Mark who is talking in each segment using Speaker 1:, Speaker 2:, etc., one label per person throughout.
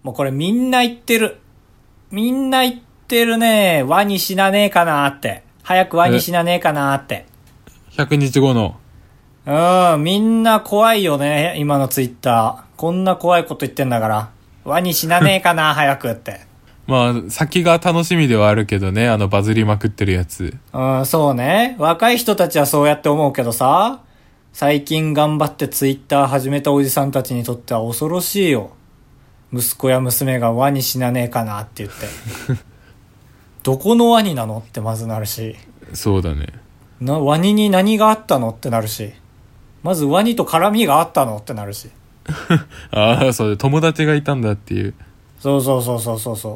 Speaker 1: もうこれみんな言ってる。みんな言ってるね。ワニ死なねえかなって。早くワニ死なねえかなって。
Speaker 2: 100日後の。
Speaker 1: みんな怖いよね。今のツイッター。こんな怖いこと言ってんだから。ワニ死なねえかな早くって。
Speaker 2: まあ、先が楽しみではあるけどね、バズりまくってるやつ。
Speaker 1: そうね。若い人たちはそうやって思うけどさ。最近頑張ってツイッター始めたおじさんたちにとっては恐ろしいよ。息子や娘がワニ死なねえかなって言って。どこのワニなのってまずなるし。
Speaker 2: そうだね。
Speaker 1: ワニに何があったのってなるし。まずワニと絡みがあったのってなるし。
Speaker 2: ああ、そうで、友達がいたんだっていう。
Speaker 1: そう。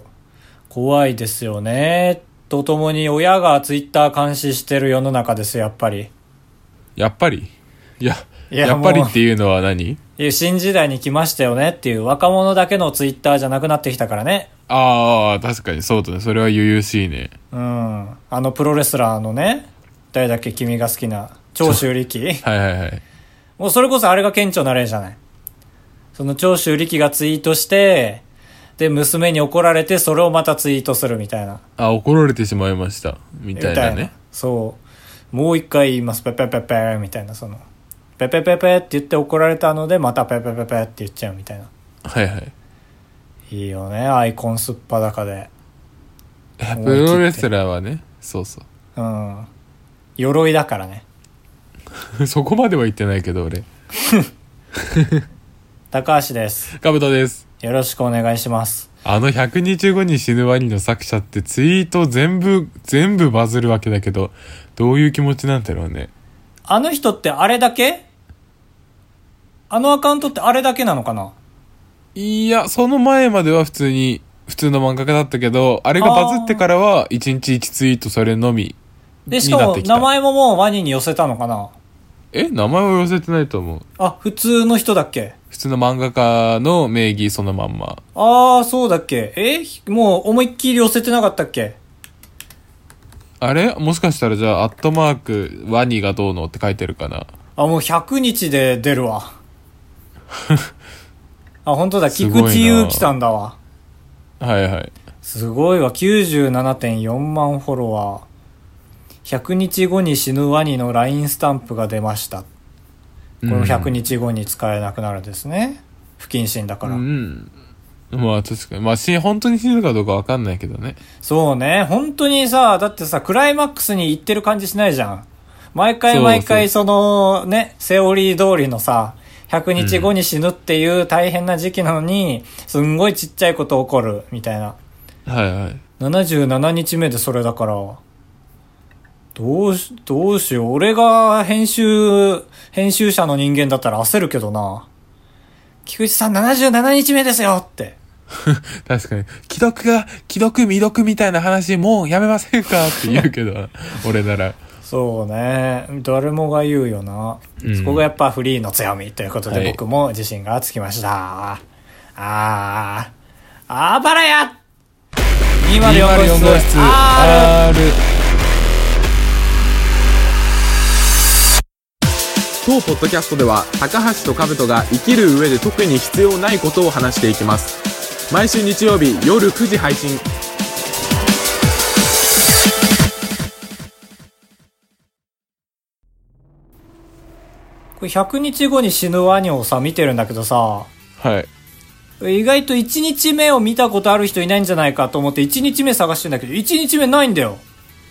Speaker 1: 怖いですよね。とともに親がツイッター監視してる世の中ですよ、やっぱり。
Speaker 2: やっぱりやっぱりっていうのは何？
Speaker 1: 新時代に来ましたよねっていう若者だけのツイッターじゃなくなってきたからね。
Speaker 2: ああ、確かにそうだね。それは悠々しいね。
Speaker 1: プロレスラーのね、誰だっけ君が好きな、長州力
Speaker 2: はい。
Speaker 1: もうそれこそあれが顕著な例じゃない。その長州力がツイートして、で、娘に怒られて、それをまたツイートするみたいな。
Speaker 2: 怒られてしまいました。みたいなね。
Speaker 1: そう。もう一回言います。ペペペペみたいな、ペペペペって言って怒られたので、またペペペペって言っちゃうみたいな。
Speaker 2: はい。
Speaker 1: いいよね、アイコンすっぱだかで。
Speaker 2: プロレスラーはね、そう。
Speaker 1: 鎧だからね。
Speaker 2: そこまでは言ってないけど、俺。
Speaker 1: 高橋です。
Speaker 2: かぶとです。
Speaker 1: よろしくお願いします。
Speaker 2: 100日後に死ぬワニの作者ってツイート全部バズるわけだけど、どういう気持ちなんだろうね。
Speaker 1: あの人ってあれだけ？あのアカウントってあれだけなのかな？
Speaker 2: いや、その前までは普通の漫画家だったけど、あれがバズってからは1日1ツイートそれのみになってきた。
Speaker 1: で、しかも名前ももうワニに寄せたのかな？
Speaker 2: 名前は寄せてないと思う。
Speaker 1: 普通の人だっけ？
Speaker 2: 普通の漫画家の名義そのまんま。
Speaker 1: そうだっけ？もう思いっきり寄せてなかったっけ？
Speaker 2: あれもしかしたらじゃあ、ワニがどうのって書いてるかな。
Speaker 1: もう100日で出るわ。本当だ、菊池祐希さんだわ。
Speaker 2: はい。
Speaker 1: すごいわ、97.4 万フォロワー。100日後に死ぬワニの LINE スタンプが出ました。この100日後に使えなくなるですね。不謹慎だから。
Speaker 2: まあ確かに。まあ本当に死ぬかどうかわかんないけどね。
Speaker 1: そうね。本当にさ、だってさ、クライマックスに行ってる感じしないじゃん。毎回そのね、セオリー通りのさ、100日後に死ぬっていう大変な時期なのに、すんごいちっちゃいこと起こる、みたいな。
Speaker 2: はい。
Speaker 1: 77日目でそれだから、どうしよう。俺が編集者の人間だったら焦るけどな。菊池さん77日目ですよって。
Speaker 2: 確かに。既読未読みたいな話もうやめませんかって言うけど、俺なら。
Speaker 1: そうね。誰もが言うよな。そこがやっぱフリーの強みということで、僕も自信がつきました。バラヤ204号室 R。
Speaker 2: 当ポッドキャストでは高橋と兜が生きる上で特に必要ないことを話していきます。毎週日曜日夜9時配信。
Speaker 1: これ100日後に死ぬワニをさ見てるんだけどさ、意外と1日目を見たことある人いないんじゃないかと思って1日目探してんだけど、1日目ないんだよ。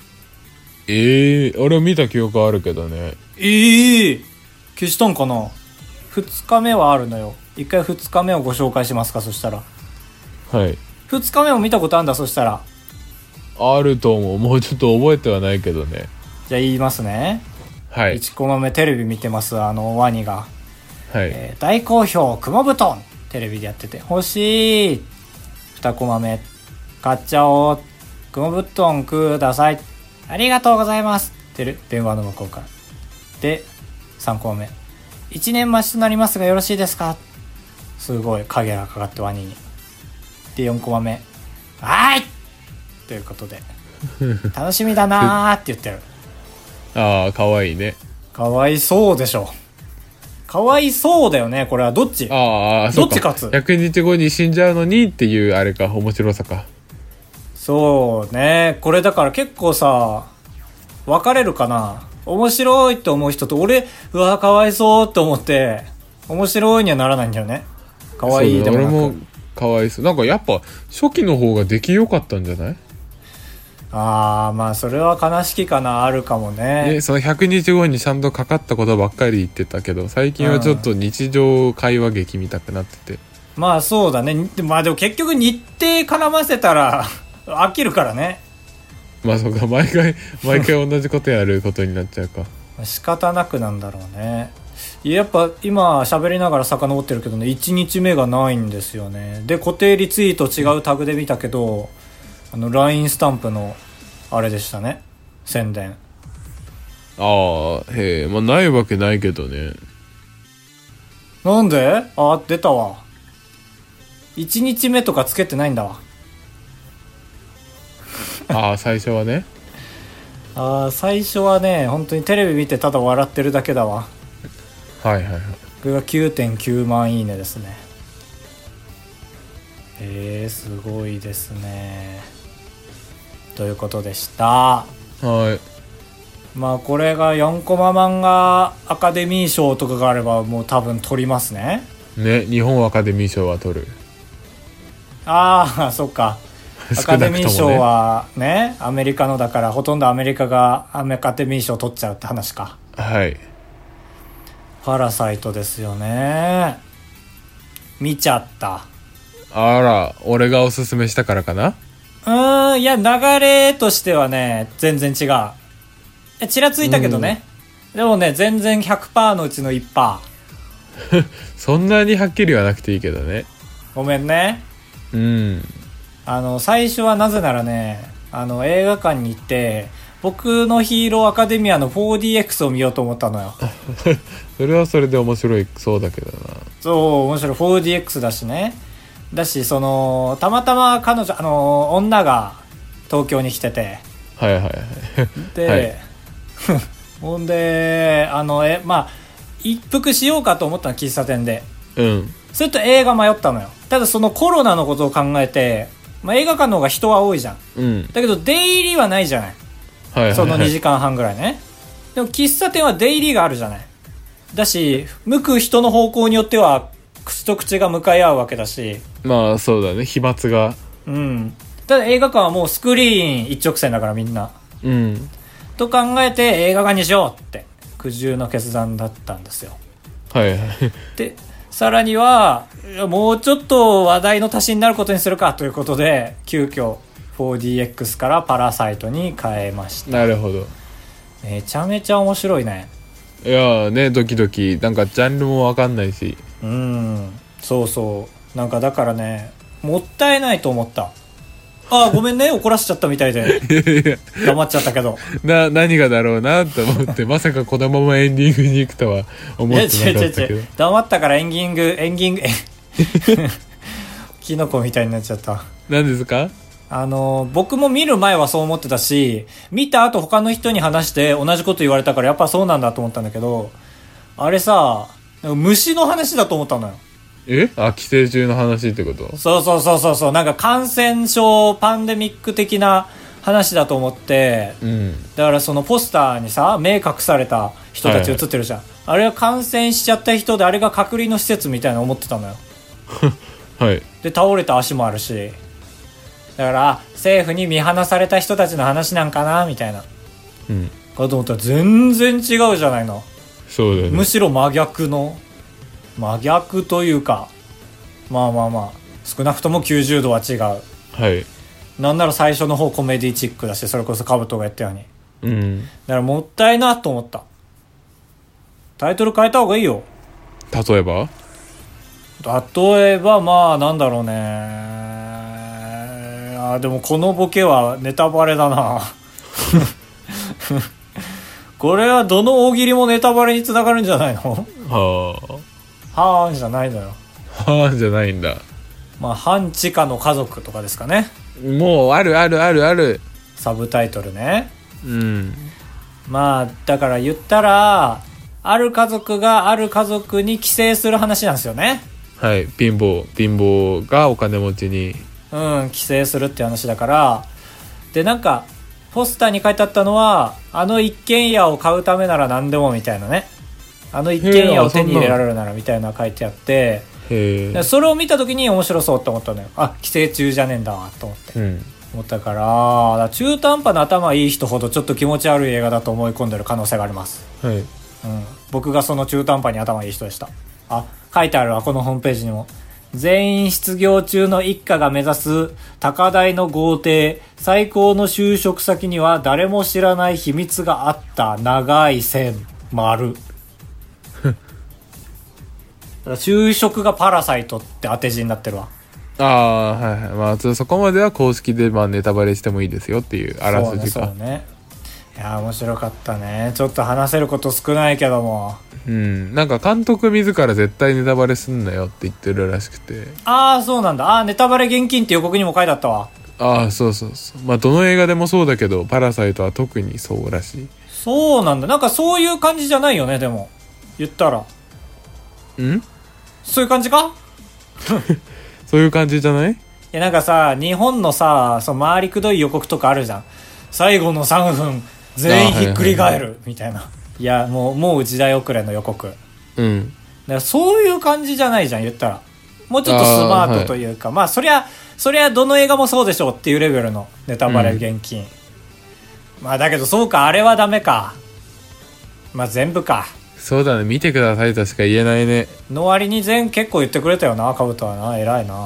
Speaker 2: 俺見た記憶あるけどね。
Speaker 1: 消したんかな。2日目はあるのよ。一回2日目をご紹介しますか。そしたら2日目も見たことあるんだ。そしたら
Speaker 2: あると思う。もうちょっと覚えてはないけどね。
Speaker 1: じゃあ言いますね。1コマ目テレビ見てます。ワニが、大好評雲布団テレビでやってて欲しい。2コマ目買っちゃおう。雲布団ください。ありがとうございます。電話の向こうから。で3コマ目1年待ちとなりますがよろしいですか。すごい影がかかってワニに。で4コマ目はいということで楽しみだなーって言ってる。
Speaker 2: かわいいね。
Speaker 1: かわいそうでしょ。 かわいそうだよね、これは。どっち？
Speaker 2: ああ、
Speaker 1: どっち勝つ
Speaker 2: ？100日後に死んじゃうのにっていうあれか、面白さか。
Speaker 1: そうね。これだから結構さ、分かれるかな。面白いって思う人と、俺、うわかわいそうって思って面白いにはならないんだよね。かわいいでもなく。
Speaker 2: 俺もかわいそう。なんかやっぱ初期の方が出来良かったんじゃない？
Speaker 1: ああ、まあそれは悲しきかな、あるかもね。
Speaker 2: その100日後にちゃんとかかったことばっかり言ってたけど、最近はちょっと日常会話劇見たくなってて、
Speaker 1: まあそうだね。まあでも結局日程絡ませたら飽きるからね。
Speaker 2: まあそうか、毎回同じことやることになっちゃうか。
Speaker 1: 仕方なくなんだろうね。やっぱ今喋りながら遡ってるけどね、1日目がないんですよね。で固定リツイート違うタグで見たけど、LINE スタンプのあれでしたね、宣伝。
Speaker 2: ああ、へえ、まあないわけないけどね。
Speaker 1: なんで？あ、出たわ。1日目とかつけてないんだわ。
Speaker 2: ああ、最初はね。
Speaker 1: 最初はね、本当にテレビ見てただ笑ってるだけだわ。
Speaker 2: はいはいはい。
Speaker 1: これが 9.9 万いいねですね。すごいですね。ということでした。
Speaker 2: はい。
Speaker 1: まあこれが4コマ漫画アカデミー賞とかがあればもう多分取りますね。
Speaker 2: ね、日本アカデミー賞は取る。
Speaker 1: ああ、そっか。アカデミー賞はね、アメリカのだからほとんどアメリカがアカデミー賞取っちゃうって話か。
Speaker 2: はい。
Speaker 1: パラサイトですよね。見ちゃった。
Speaker 2: あら、俺がおすすめしたからかな。
Speaker 1: いや流れとしてはね全然違う。ちらついたけどね、でもね全然 100% のうちの 1%。
Speaker 2: そんなにはっきりはなくていいけどね。
Speaker 1: ごめんね。
Speaker 2: うん。
Speaker 1: 最初はなぜならね、映画館に行って僕のヒーローアカデミアの 4DX を見ようと思ったのよ。
Speaker 2: それはそれで面白いそうだけどな。
Speaker 1: そう面白い 4DX だしね。だしたまたま彼女女が東京に来てて、
Speaker 2: はいはいはい
Speaker 1: で、
Speaker 2: はい、
Speaker 1: ほんでまあ一服しようかと思ったの、喫茶店で。それと映画迷ったのよ。ただそのコロナのことを考えて、まあ、映画館の方が人は多いじゃん、だけど出入りはないじゃない、はいはいはい、その2時間半ぐらいね。でも喫茶店は出入りがあるじゃない。だし向く人の方向によっては口と口が向かい合うわけだし、
Speaker 2: まあそうだね、飛沫が。
Speaker 1: ただ映画館はもうスクリーン一直線だからみんな、と考えて映画館にしようって苦渋の決断だったんですよ。
Speaker 2: はいはい。
Speaker 1: でさらにはもうちょっと話題の足しになることにするかということで急遽 4DX からパラサイトに変えました。
Speaker 2: なるほど。
Speaker 1: めちゃめちゃ面白いね。
Speaker 2: いやね、ドキドキ、なんかジャンルも分かんないし。
Speaker 1: そうそう、なんかだからねもったいないと思った。ごめんね怒らせちゃったみたいで黙っちゃったけど
Speaker 2: 何がだろうなと思ってまさかこのままエンディングに行くとは思ってなかったけど
Speaker 1: 黙ったからエンディングキノコみたいになっちゃった。
Speaker 2: 何ですか？
Speaker 1: 僕も見る前はそう思ってたし、見た後他の人に話して同じこと言われたからやっぱそうなんだと思ったんだけど、あれさ虫の話だと思ったのよ。
Speaker 2: 寄生虫の話ってこと？
Speaker 1: そう、なんか感染症パンデミック的な話だと思って、だからそのポスターにさ目隠された人たち映ってるじゃん、あれは感染しちゃった人で、あれが隔離の施設みたいな思ってたのよ
Speaker 2: はい。
Speaker 1: で倒れた足もあるし、だから政府に見放された人たちの話なんかなみたいな、かと思ったら全然違うじゃないの。
Speaker 2: そうだね。
Speaker 1: むしろ真逆というか、まあ少なくとも90度は違う。
Speaker 2: はい。
Speaker 1: なんなら最初の方コメディチックだし、それこそカブトがやったように、だからもったいなと思った。タイトル変えた方がいいよ。
Speaker 2: 例えば
Speaker 1: まあなんだろうね。でもこのボケはネタバレだなこれはどの大喜利もネタバレにつながるんじゃないの？はーんじゃないのよ。
Speaker 2: はーんじゃないんだ。
Speaker 1: まあ半地下の家族とかですかね。
Speaker 2: もうある
Speaker 1: サブタイトルね。まあだから言ったらある家族がある家族に寄生する話なんですよね。
Speaker 2: はい。貧乏がお金持ちに。
Speaker 1: 寄生するって話だから。で、なんか、ポスターに書いてあったのは、あの一軒家を買うためなら何でもみたいなね。あの一軒家を手に入れられるならみたいな書いてあって、でそれを見た時に面白そうって思ったのよ。あ、寄生虫じゃねえんだわと思って、思ったから、中途半端な頭いい人ほどちょっと気持ち悪い映画だと思い込んでる可能性があります。はい。僕がその中途半端に頭いい人でした。あ、書いてあるわ、このホームページにも。全員失業中の一家が目指す高台の豪邸、最高の就職先には誰も知らない秘密があった。長い線丸。就職がパラサイトって当て字になってるわ。
Speaker 2: ああ、はいはい。まあそこまでは公式でネタバレしてもいいですよっていうあらすじか。
Speaker 1: そうね。いや面白かったね。ちょっと話せること少ないけども。
Speaker 2: なんか監督自ら絶対ネタバレすんなよって言ってるらしくて。
Speaker 1: ああ、そうなんだ。ネタバレ厳禁って予告にも書いてあったわ。
Speaker 2: ああ、そうそうそう。まあどの映画でもそうだけど、パラサイトは特にそうらしい。
Speaker 1: そうなんだ。なんかそういう感じじゃないよね、でも。言ったら。そういう感じか
Speaker 2: そういう感じじゃない？い
Speaker 1: やなんかさ、日本のさ、回りくどい予告とかあるじゃん。最後の3分全員ひっくり返るみたいな。いやもう時代遅れの予告。だからそういう感じじゃないじゃん、言ったら。もうちょっとスマートというか、まあそりゃどの映画もそうでしょうっていうレベルのネタバレ厳禁。まあだけどそうか、あれはダメか。まあ全部か。
Speaker 2: そうだね、見てくださいとしか言えないね。
Speaker 1: の割に結構言ってくれたよな、カブトはな。偉いな。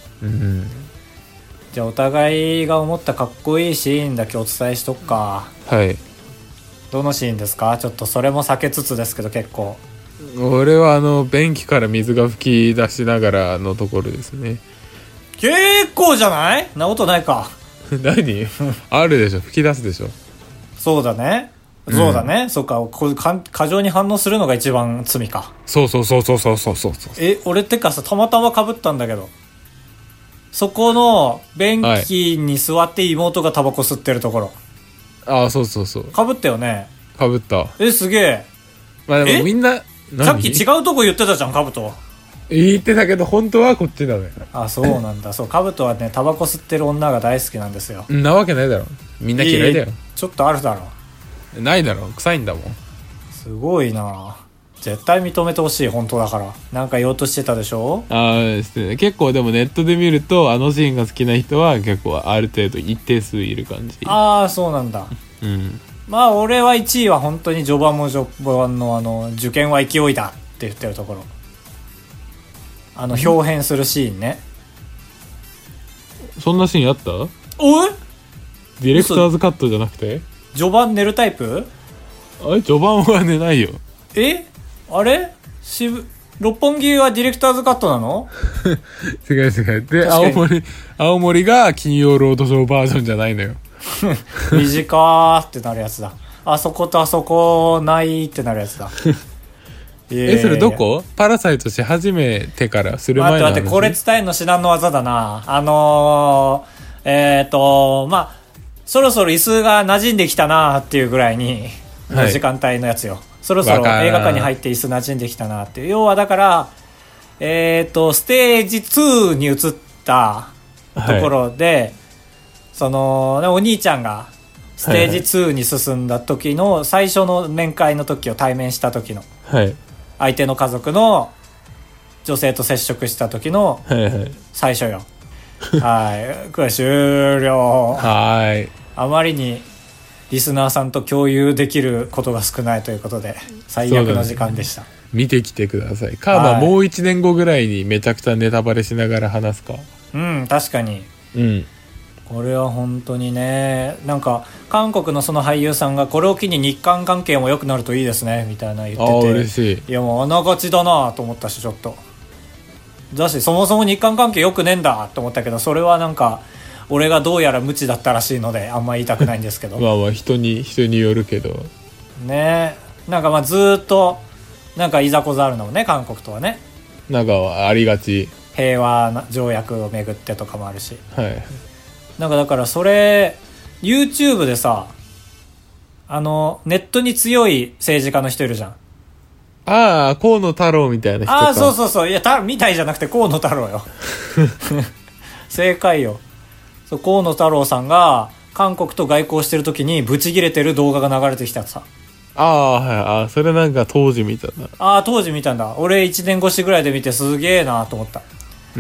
Speaker 1: じゃあお互いが思ったかっこいいシーンだけお伝えしとくか。
Speaker 2: はい。
Speaker 1: どのシーンですか？ちょっとそれも避けつつですけど結構。
Speaker 2: 俺は便器から水が吹き出しながらのところですね。
Speaker 1: 結構じゃない？なことないか。
Speaker 2: 何？あるでしょ、吹き出すでしょ。
Speaker 1: そうだね。そうだね。そうか、過剰に反応するのが一番罪か。
Speaker 2: そう。
Speaker 1: 俺ってかさ、たまたま被ったんだけど。そこの便器に座って妹がタバコ吸ってるところ。
Speaker 2: ああ、そう。
Speaker 1: 被ったよね。
Speaker 2: 被った。
Speaker 1: すげえ。
Speaker 2: まあでもみんな、
Speaker 1: さっき違うとこ言ってたじゃん、カブト。
Speaker 2: 言ってたけど本当はこっちだね。
Speaker 1: あ、そうなんだ。そう、カブトはね、タバコ吸ってる女が大好きなんですよ。
Speaker 2: なわけないだろ。みんな嫌いだよ。
Speaker 1: ちょっとあるだろ。
Speaker 2: ないだろ、臭いんだもん。
Speaker 1: すごいな。絶対認めてほしい、本当だから。なんか言おうとしてたでしょ。
Speaker 2: ですね。結構でもネットで見るとあのシーンが好きな人は結構ある程度一定数いる感じ。
Speaker 1: ああ、そうなんだ。まあ俺は1位は本当に序盤の受験は勢いだって言ってるところ。表変するシーンね。
Speaker 2: そんなシーンあった？
Speaker 1: おい？
Speaker 2: ディレクターズカットじゃなくて？
Speaker 1: 序盤寝るタイプ？
Speaker 2: 序盤は寝ないよ。
Speaker 1: あれ？六本木はディレクターズカットなの？
Speaker 2: 違う。で、青森が金曜ロードショーバージョンじゃないのよ。
Speaker 1: 短ーってなるやつだ。あそことあそこないってなるやつだ。
Speaker 2: それどこ？パラサイトし始めてからする前の話？
Speaker 1: 待って、これ伝えるの至難の技だな。まあそろそろ椅子が馴染んできたなっていうぐらいにの時間帯のやつよ。そろそろ映画館に入って椅子馴染んできたなっていう。要はだからステージ2に移ったところで、お兄ちゃんがステージ2に進んだ時の最初の面会の時を対面した時の、相手の家族の女性と接触した時の最初よ。はい、これ終了。あまりにリスナーさんと共有できることが少ないということで最悪の時間でした。
Speaker 2: 見てきてください。まあもう1年後ぐらいにめちゃくちゃネタバレしながら話すか。
Speaker 1: 確かに。これは本当にね、なんか韓国のその俳優さんがこれを機に日韓関係も良くなるといいですねみたいな言ってて、
Speaker 2: 嬉しい。
Speaker 1: いやもうあながちだなと思ったし、ちょっとだし、そもそも日韓関係良くねえんだと思ったけど、それはなんか俺がどうやら無知だったらしいのであんま言いたくないんですけど。
Speaker 2: まあ人によるけど
Speaker 1: ね。なんかまあずっとなんかいざこざあるのもね、韓国とはね。
Speaker 2: なんかありがち。
Speaker 1: 平和条約をめぐってとかもあるし。なんかだからそれ YouTube でさ、ネットに強い政治家の人いるじゃん。
Speaker 2: ああ、河野太郎みたいな人か。
Speaker 1: ああ、そうそうそう。いや、みたいじゃなくて河野太郎よ。正解よ。そう、河野太郎さんが韓国と外交してる時にブチギレてる動画が流れてきたさ。
Speaker 2: ああ、はい。ああ、それなんか当時見たな。
Speaker 1: ああ、当時見たんだ。俺1年越しぐらいで見てすげえなと思った。
Speaker 2: うん。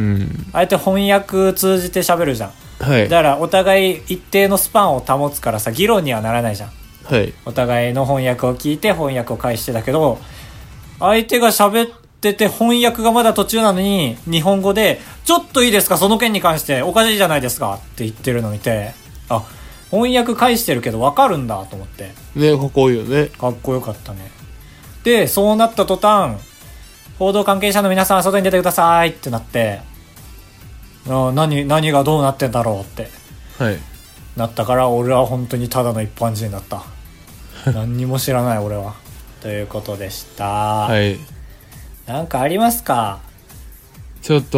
Speaker 1: あえて翻訳通じて喋るじゃん。
Speaker 2: はい。
Speaker 1: だからお互い一定のスパンを保つからさ、議論にはならないじゃん。
Speaker 2: はい。
Speaker 1: お互いの翻訳を聞いて翻訳を返してたけど、相手が喋ってて翻訳がまだ途中なのに日本語でちょっといいですか、その件に関しておかしいじゃないですかって言ってるのを見て、あ、翻訳返してるけど分かるんだと思って
Speaker 2: ね、かっこいいよね。
Speaker 1: かっこよかったね。でそうなった途端、報道関係者の皆さん外に出てくださいってなって、何がどうなってんだろうってなったから、俺は本当にただの一般人だった。何にも知らない俺は。ということでした。
Speaker 2: はい。
Speaker 1: なんかありますか？
Speaker 2: ちょっと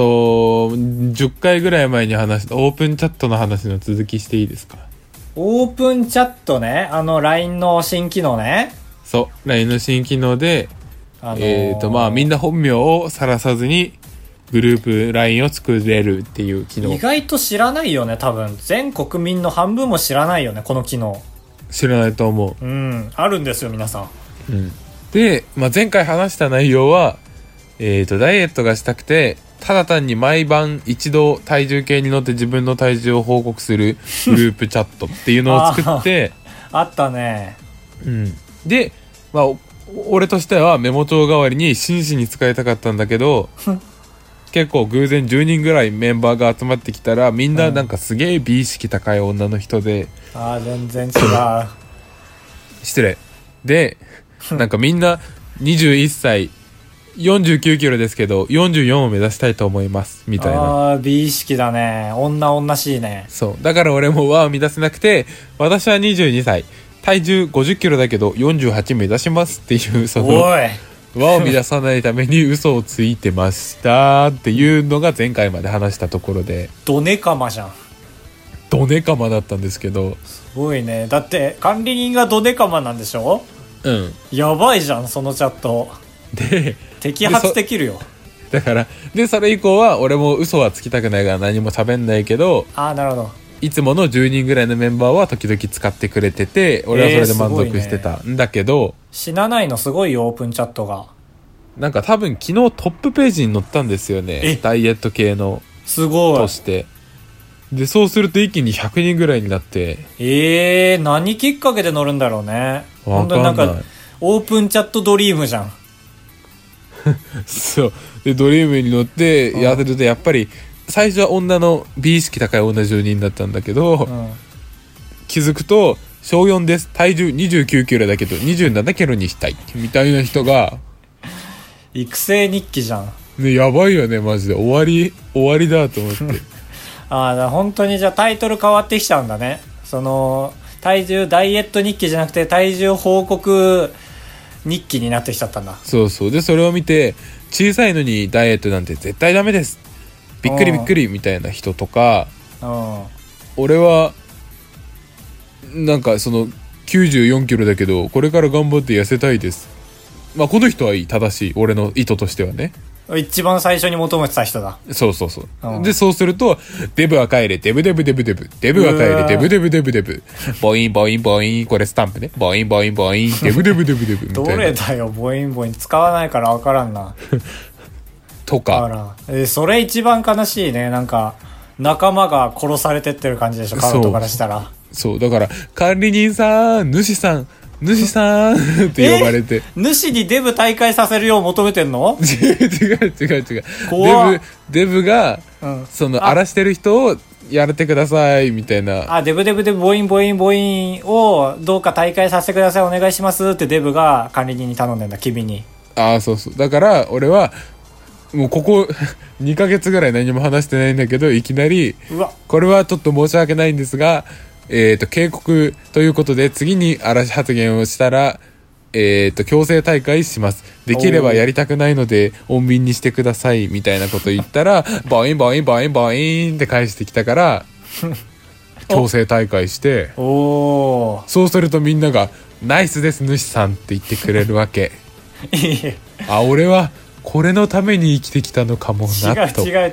Speaker 2: 10回ぐらい前に話したオープンチャットの話の続きしていいですか？
Speaker 1: オープンチャットね、LINE の新機能ね。
Speaker 2: そう、LINE の新機能で、まあみんな本名を晒さずにグループ LINE を作れるっていう機能。
Speaker 1: 意外と知らないよね、多分。全国民の半分も知らないよね、この機能。
Speaker 2: 知らないと思
Speaker 1: う。うん、あるんですよ、皆さん。
Speaker 2: うん。で、まあ、前回話した内容は、ダイエットがしたくて、ただ単に毎晩一度体重計に乗って自分の体重を報告するグループチャットっていうのを作って
Speaker 1: あったね。
Speaker 2: うん。で、まあ、俺としてはメモ帳代わりに真摯に使いたかったんだけど、結構偶然10人ぐらいメンバーが集まってきたら、みんななんかすげえ美意識高い女の人で、
Speaker 1: ああ、全然違う。
Speaker 2: 失礼。で、なんかみんな21歳、49キロですけど、44を目指したいと思います。みたいな。
Speaker 1: ああ、美意識だね。女しいね。
Speaker 2: そう。だから俺も輪を乱せなくて、私は22歳、体重50キロだけど48目指しますっていう、その、
Speaker 1: おい。
Speaker 2: 輪を乱さないために嘘をついてましたっていうのが前回まで話したところで。
Speaker 1: ドネカマじゃん。
Speaker 2: ドネカマだったんですけど。
Speaker 1: すごいね。だって管理人がドネカマなんでしょ？
Speaker 2: うん。
Speaker 1: やばいじゃん、そのチャット。
Speaker 2: で、
Speaker 1: 摘発できるよ。
Speaker 2: だから、で、それ以降は俺も嘘はつきたくないから何も喋んないけど、
Speaker 1: ああ、なるほど。
Speaker 2: いつもの10人ぐらいのメンバーは時々使ってくれてて、俺はそれで満足してたんだけど、
Speaker 1: 死なないのすごいよ、オープンチャットが。
Speaker 2: なんか多分昨日トップページに載ったんですよね。ダイエット系の。
Speaker 1: すごい。
Speaker 2: として。で、そうすると一気に100人ぐらいになって。
Speaker 1: 何きっかけで乗るんだろうね。
Speaker 2: 本当になんか、
Speaker 1: オープンチャットドリームじゃん。
Speaker 2: そう。で、ドリームに乗ってやってると、やっぱり、最初は女の美意識高い女10人だったんだけど、気づくと、小4です。体重29キロだけど27キロにしたい。みたいな人が、
Speaker 1: 育成日記じゃん。
Speaker 2: ね、やばいよね、マジで。終わりだと思って。
Speaker 1: 本当にじゃあタイトル変わってきちゃうんだね。その、体重ダイエット日記じゃなくて体重報告日記になってきちゃったんだ。
Speaker 2: そうそう。で、それを見て、小さいのにダイエットなんて絶対ダメです。びっくりみたいな人とか、俺は、なんかその、94キロだけど、これから頑張って痩せたいです。まあ、この人はいい。正しい。俺の意図としてはね。
Speaker 1: 一番最初に求めてた人だ。
Speaker 2: そうそうそう。で、そうすると、デブは帰れ、デブ。デブは帰れ、デブ。ボイン、これスタンプね。ボイン、デブ。
Speaker 1: どれだよ、ボイン。使わないから分からんな。
Speaker 2: とか。
Speaker 1: それ一番悲しいね。なんか、仲間が殺されてってる感じでしょ、カウントからしたら。
Speaker 2: そう、だから、管理人さん、主さんって呼ばれて。
Speaker 1: 主にデブ大会させるよう求めてんの？
Speaker 2: 違う。デブが、その、荒らしてる人をやれてください、みたいな。
Speaker 1: デブ、ボインをどうか大会させてください、お願いしますってデブが管理人に頼んでんだ、君に。
Speaker 2: そうそう。だから、俺は、もうここ2ヶ月ぐらい何も話してないんだけど、いきなり、これはちょっと申し訳ないんですが、警告ということで、次に嵐発言をしたら、強制大会します。できればやりたくないので、穏便にしてください、みたいなこと言ったら、ボインって返してきたから、強制大会して、そうするとみんなが、ナイスです、主さんって言ってくれるわけ。 あ、俺はこれのために生きてきたのかもなと。
Speaker 1: 違う。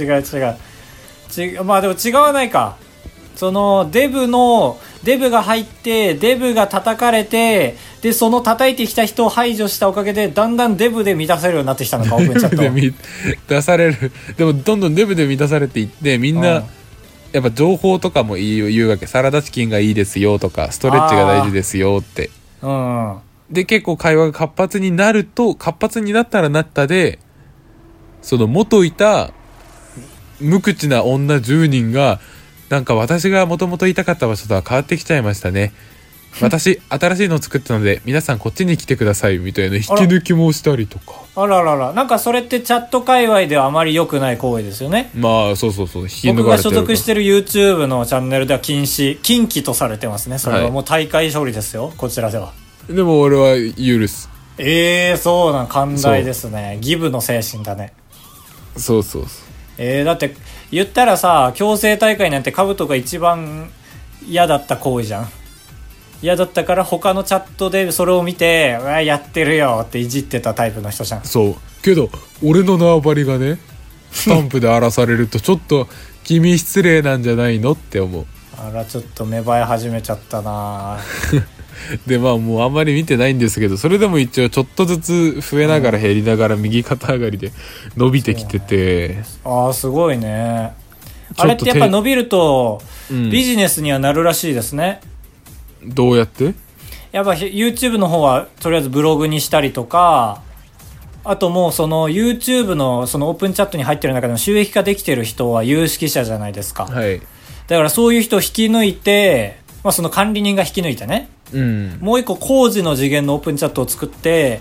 Speaker 1: まあでも違わないか。そのデブが入ってデブが叩かれて、でその叩いてきた人を排除したおかげでだんだんデブで満たせるようになってきたのか、オープンチャット
Speaker 2: で満たされる。でもどんどんデブで満たされていって、みんなやっぱ情報とかも言うわけ。サラダチキンがいいですよとか、ストレッチが大事ですよって。で結構会話が活発になったらなったで、その元いた無口な女10人が、なんか私がもともといたかった場所とは変わってきちゃいましたね。私新しいのを作ったので皆さんこっちに来てくださいみたいな引き抜きもしたりとか。
Speaker 1: あららら、なんかそれってチャット界隈ではあまり良くない行為ですよね。
Speaker 2: まあそう引き抜かれてる。
Speaker 1: 僕が所属してる YouTube のチャンネルでは禁忌とされてますね。それはもう大会処理ですよ、こちらでは。
Speaker 2: でも俺は許す。
Speaker 1: そうなん、寛大ですね。ギブの精神だね。
Speaker 2: そう
Speaker 1: だって言ったらさ、強制大会なんてカブトが一番嫌だった行為じゃん。嫌だったから他のチャットでそれを見て、やってるよっていじってたタイプの人じゃん。
Speaker 2: そうけど俺の縄張りがねスタンプで荒らされるとちょっと君失礼なんじゃないのって思う。
Speaker 1: あら、ちょっと芽生え始めちゃったな
Speaker 2: でまあもうあんまり見てないんですけど、それでも一応ちょっとずつ増えながら減りながら右肩上がりで伸びてきてて、
Speaker 1: すごいね。あれってやっぱ伸びるとビジネスにはなるらしいですね。
Speaker 2: どうやって？
Speaker 1: やっぱ YouTube の方はとりあえずブログにしたりとか、あともうその YouTube のそのオープンチャットに入ってる中でも収益化できてる人は有識者じゃないですか。
Speaker 2: はい。
Speaker 1: だからそういう人を引き抜いて、その管理人が引き抜いてね、もう一個工事の次元のオープンチャットを作って、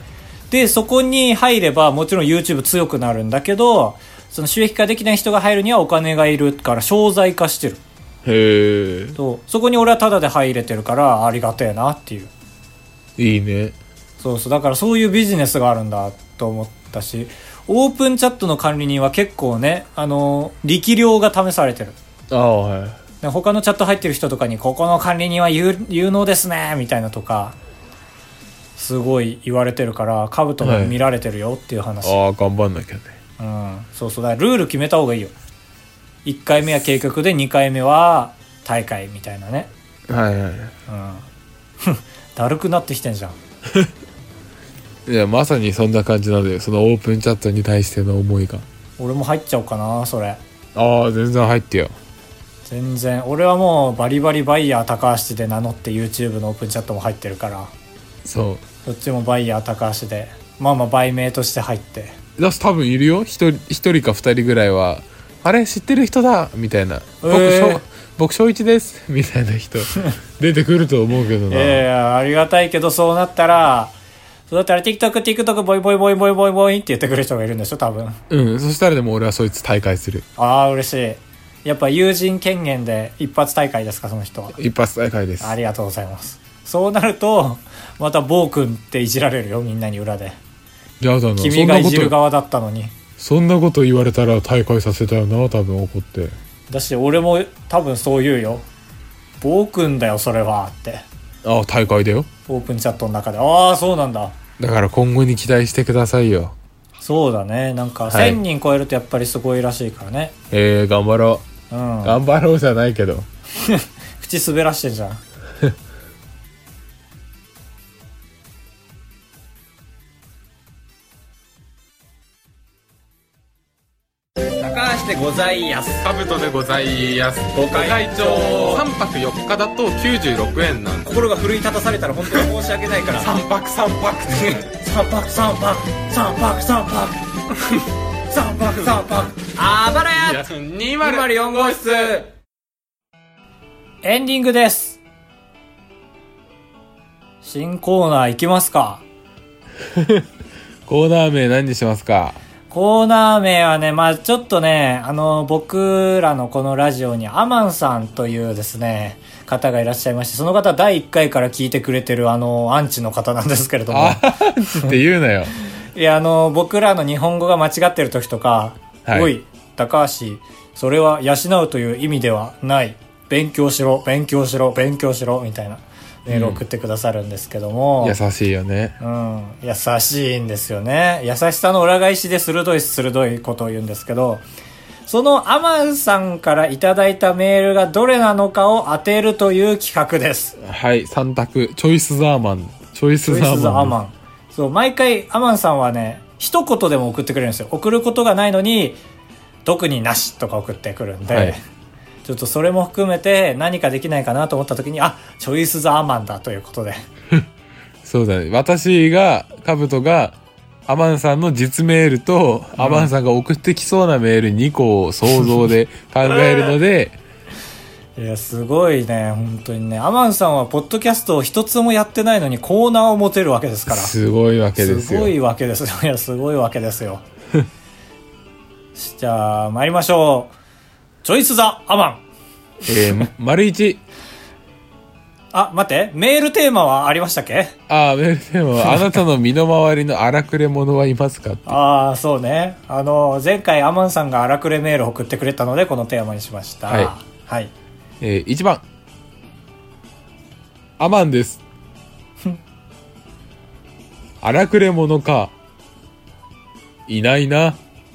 Speaker 1: でそこに入ればもちろん YouTube 強くなるんだけど、その収益化できない人が入るにはお金がいるから商材化してる。
Speaker 2: へえ。
Speaker 1: そこに俺はタダで入れてるからありがてえなっていう。
Speaker 2: いいね。
Speaker 1: そうだからそういうビジネスがあるんだと思ったし、オープンチャットの管理人は結構ね、力量が試されてる。
Speaker 2: はい。
Speaker 1: 他のチャット入ってる人とかにここの管理人は有能ですねみたいなとかすごい言われてるから、カブトが見られてるよっていう話。
Speaker 2: 頑張んなきゃね。
Speaker 1: そうだからルール決めた方がいいよ。1回目は計画で2回目は大会みたいなね。だるくなってきてんじゃん。
Speaker 2: いやまさにそんな感じなんだよ、そのオープンチャットに対しての思いが。
Speaker 1: 俺も入っちゃおうかなそれ。
Speaker 2: 全然入ってよ。
Speaker 1: 全然俺はもうバリバリバイヤー高橋で名乗って YouTube のオープンチャットも入ってるから、
Speaker 2: そ
Speaker 1: っちもバイヤー高橋で売名として入って。
Speaker 2: 多分いるよ、一人か2人ぐらいはあれ知ってる人だみたいな、僕小一ですみたいな人出てくると思うけどな。
Speaker 1: ありがたいけど、そうなったら TikTok ボイボイボイボイボイボイって言ってくる人がいるんでしょ多分。
Speaker 2: そしたらでも俺はそいつ大会する。
Speaker 1: 嬉しい。やっぱ友人権限で一発大会ですか、その人は。
Speaker 2: 一発大会です。
Speaker 1: ありがとうございます。そうなるとまたボー君っていじられるよ、みんなに裏で。
Speaker 2: やだな、
Speaker 1: 君がいじる側だったのに。
Speaker 2: そんなこと言われたら大会させたよな、多分怒って。
Speaker 1: だし俺も多分そう言うよ、ボー君だよそれはって。
Speaker 2: 大会だよ、
Speaker 1: オープンチャットの中で。そうなんだ。
Speaker 2: だから今後に期待してくださいよ。
Speaker 1: そうだね、なんか1000人超えるとやっぱりすごいらしいからね。
Speaker 2: 頑張ろう。頑張ろうじゃないけど
Speaker 1: 口滑らしてんじゃん高橋でございやす。
Speaker 2: カブトでございやす。ご会長3泊4日だと96円なんで。
Speaker 1: 心が奮い立たされたら本当に申し訳ないから
Speaker 2: 3泊3泊
Speaker 1: あばらや204号室。エンディングです。新コーナーいきますか
Speaker 2: コーナー名何にしますか？
Speaker 1: コーナー名はね、ちょっとね、僕らのこのラジオにアマンさんというですね方がいらっしゃいまして、その方第1回から聞いてくれてるアンチの方なんですけれども。
Speaker 2: アンチって言うなよ
Speaker 1: いや僕らの日本語が間違ってる時とか、おい高橋、それは養うという意味ではない、勉強しろみたいな、 メール送ってくださるんですけども、
Speaker 2: 優しいよね。
Speaker 1: 優しいんですよね。優しさの裏返しで鋭いことを言うんですけど、そのアマンさんからいただいたメールがどれなのかを当てるという企画です。
Speaker 2: はい、3択。チョイスザーマン。そう、毎回アマンさんはね、一言でも送ってくれるんですよ。送ることがないのに、特になしとか送ってくるんで、はい、ちょっとそれも含めて何かできないかなと思った時に、チョイスザーマンだということで。 そうだね。私が、カブトが、アマンさんの実メールと、アマンさんが送ってきそうなメール2個を想像で考えるので、
Speaker 1: いや、すごいね、本当にね。アマンさんはポッドキャストを一つもやってないのにコーナーを持てるわけですから。
Speaker 2: すごいわけですよ。
Speaker 1: すごいわけですよ。いや、すごいわけですよ。じゃあ、参りましょう。チョイスザアマン。
Speaker 2: 丸1。
Speaker 1: 待って、メールテーマはありましたっけ？
Speaker 2: メールテーマは、あなたの身の回りの荒くれ者はいますかって。
Speaker 1: そうね。前回アマンさんが荒くれメールを送ってくれたので、このテーマにしました。はい。
Speaker 2: 1番。アマンです。荒くれ者か。いないな。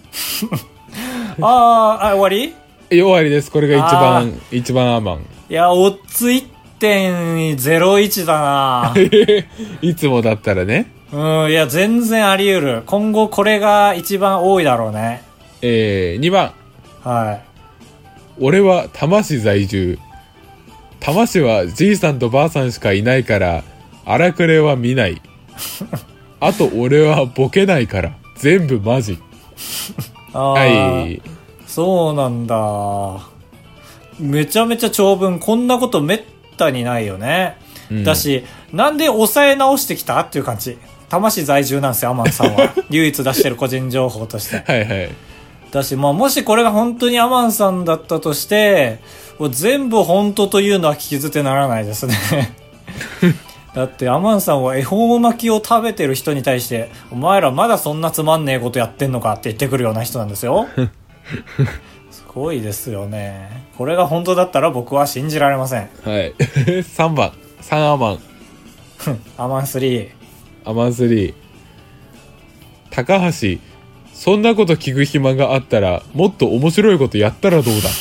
Speaker 1: 終わり？
Speaker 2: 終わりです。これが一番アマン。
Speaker 1: いや、オッズ1.01 だな。
Speaker 2: いつもだったらね。
Speaker 1: いや、全然あり得る。今後これが一番多いだろうね。
Speaker 2: 2番。
Speaker 1: はい。
Speaker 2: 俺は多摩市在住。多摩市はじいさんとばあさんしかいないから荒くれは見ない。あと俺はボケないから全部マジ。はい。
Speaker 1: そうなんだ。めちゃめちゃ長文。こんなことめったにないよね。だし、なんで抑え直してきたっていう感じ。多摩市在住なんですよ、アマンさんは。唯一出してる個人情報として。
Speaker 2: はいはい。
Speaker 1: だし、もしこれが本当にアマンさんだったとして、全部本当というのは聞き捨てならないですね。だってアマンさんは恵方巻きを食べてる人に対して、お前らまだそんなつまんねえことやってんのかって言ってくるような人なんですよ。すごいですよね。これが本当だったら僕は信じられません。
Speaker 2: はい。3番。3アマン。
Speaker 1: アマン3。
Speaker 2: アマン3。高橋。そんなこと聞く暇があったらもっと面白いことやったらどうだ。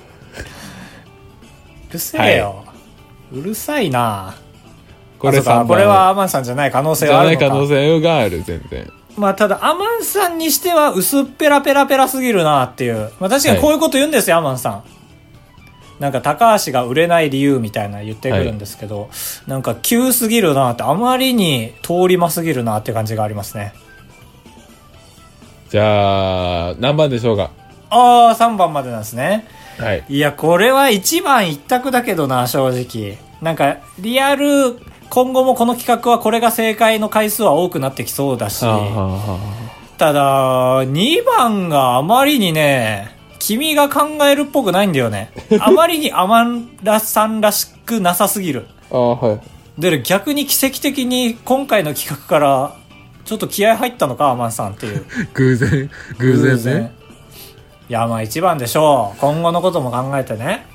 Speaker 1: うるせえよ、はい、うるさいな。
Speaker 2: これ
Speaker 1: はアマンさんじゃない可能性があるのか。
Speaker 2: じゃない可能性がある。全然。
Speaker 1: ただアマンさんにしては薄っぺらペラペラすぎるなっていう。確かにこういうこと言うんですよ、アマンさん。なんか高橋が売れない理由みたいな言ってくるんですけど、なんか急すぎるなって、あまりに通りますぎるなって感じがありますね。
Speaker 2: じゃあ何番でしょうか。
Speaker 1: 3番までなんですね。
Speaker 2: はい。
Speaker 1: いや、これは1番一択だけどな、正直。なんかリアル、今後もこの企画はこれが正解の回数は多くなってきそうだし、ただ2番があまりにね、君が考えるっぽくないんだよね。あまりにアマンラさんらしくなさすぎる。
Speaker 2: はい。
Speaker 1: で、逆に奇跡的に今回の企画からちょっと気合入ったのか、アマンさんっていう。
Speaker 2: 偶然ね。
Speaker 1: いや、1番でしょう。今後のことも考えてね。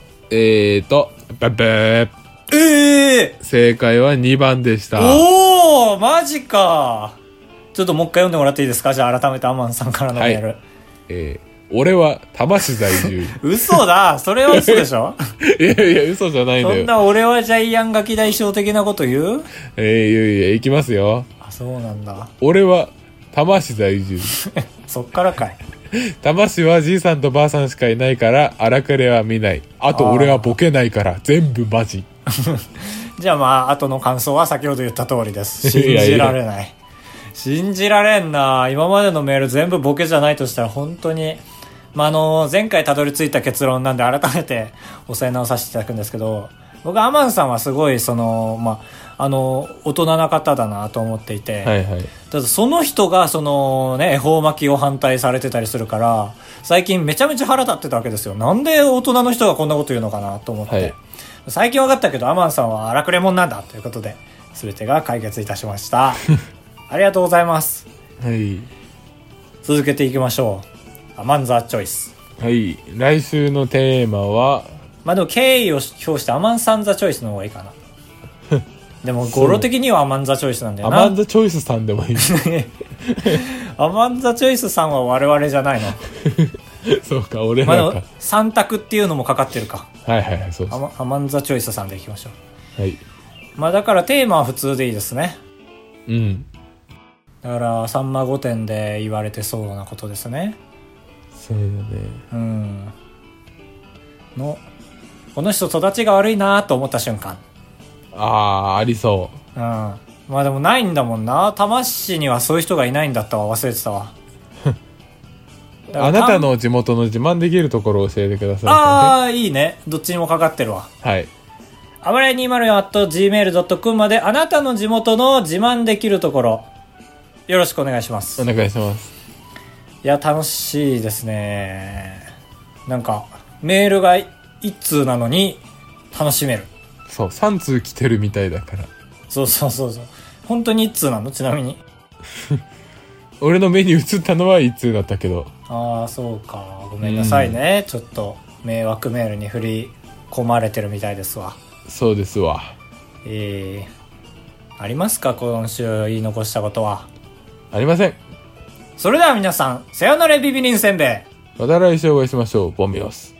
Speaker 2: 正解は2番でした。
Speaker 1: おー、マジか。ちょっともう一回読んでもらっていいですか。じゃあ改めてアマンさんからのメール。
Speaker 2: はい、俺は多摩市在住。
Speaker 1: 嘘だ。それは嘘でしょ。
Speaker 2: いや嘘じゃないんだよ。
Speaker 1: そんな俺はジャイアンガキ大将的なこと言う？
Speaker 2: いきますよ。
Speaker 1: そうなんだ。
Speaker 2: 俺は多摩市在住。
Speaker 1: そっからかい。
Speaker 2: 多摩市はじいさんとばあさんしかいないから荒くれは見ない。あと俺はボケないから全部マジ。
Speaker 1: じゃあ後の感想は先ほど言った通りです。信じられない。信じられんな。今までのメール全部ボケじゃないとしたら本当に、前回たどり着いた結論なんで改めて抑え直させていただくんですけど、僕アマンさんはすごい大人な方だなと思っていて、
Speaker 2: はいはい、
Speaker 1: ただその人が恵方巻きを反対されてたりするから、最近めちゃめちゃ腹立ってたわけですよ。なんで大人の人がこんなこと言うのかなと思って、はい、最近分かったけどアマンさんは荒くれ者なんだということで全てが解決いたしました。ありがとうございます。
Speaker 2: はい、
Speaker 1: 続けていきましょう。アマンザチョイス。
Speaker 2: はい、来週のテーマは
Speaker 1: でも敬意を表してアマンさんザチョイスの方がいいかな。 でも語呂的にはアマンザチョイスなんだよな。
Speaker 2: アマンザチョイスさんでもいい
Speaker 1: アマンザチョイスさんは我々じゃないの
Speaker 2: そうか、俺らか、
Speaker 1: まあ、3択っていうのもかかってるか。
Speaker 2: はいはいはい、そうです。
Speaker 1: アマンザチョイスさんでいきましょ
Speaker 2: う。はい。
Speaker 1: まあだからテーマは普通でいいですね。
Speaker 2: うん。
Speaker 1: だからさんま御殿で言われてそうなことですね。
Speaker 2: そうだね。
Speaker 1: うん。この人育ちが悪いなと思った瞬間。
Speaker 2: ありそう。
Speaker 1: うん。まあでもないんだもんな。多摩市にはそういう人がいないんだったわ。忘れてたわ。
Speaker 2: あなたの地元の自慢できるところを教えてください、ね。
Speaker 1: ああ、いいね。どっちにもかかってるわ。
Speaker 2: はい。
Speaker 1: あばれ 204@gmail.com まであなたの地元の自慢できるところ、よろしくお願いします。
Speaker 2: お願いします。
Speaker 1: いや、楽しいですね。なんか、メールが1通なのに楽しめる。
Speaker 2: そう、3通来てるみたいだから。
Speaker 1: そう。本当に1通なの？ちなみに。
Speaker 2: 俺の目に映ったのは1通だったけど。
Speaker 1: ああ、そうか。ごめんなさいね。ちょっと迷惑メールに振り込まれてるみたいですわ。
Speaker 2: そうですわ。
Speaker 1: ありますか？今週言い残したことは。
Speaker 2: ありません。
Speaker 1: それでは皆さん、さよならビビリンせんべい。
Speaker 2: また来週お会いしましょう。ボンビオス。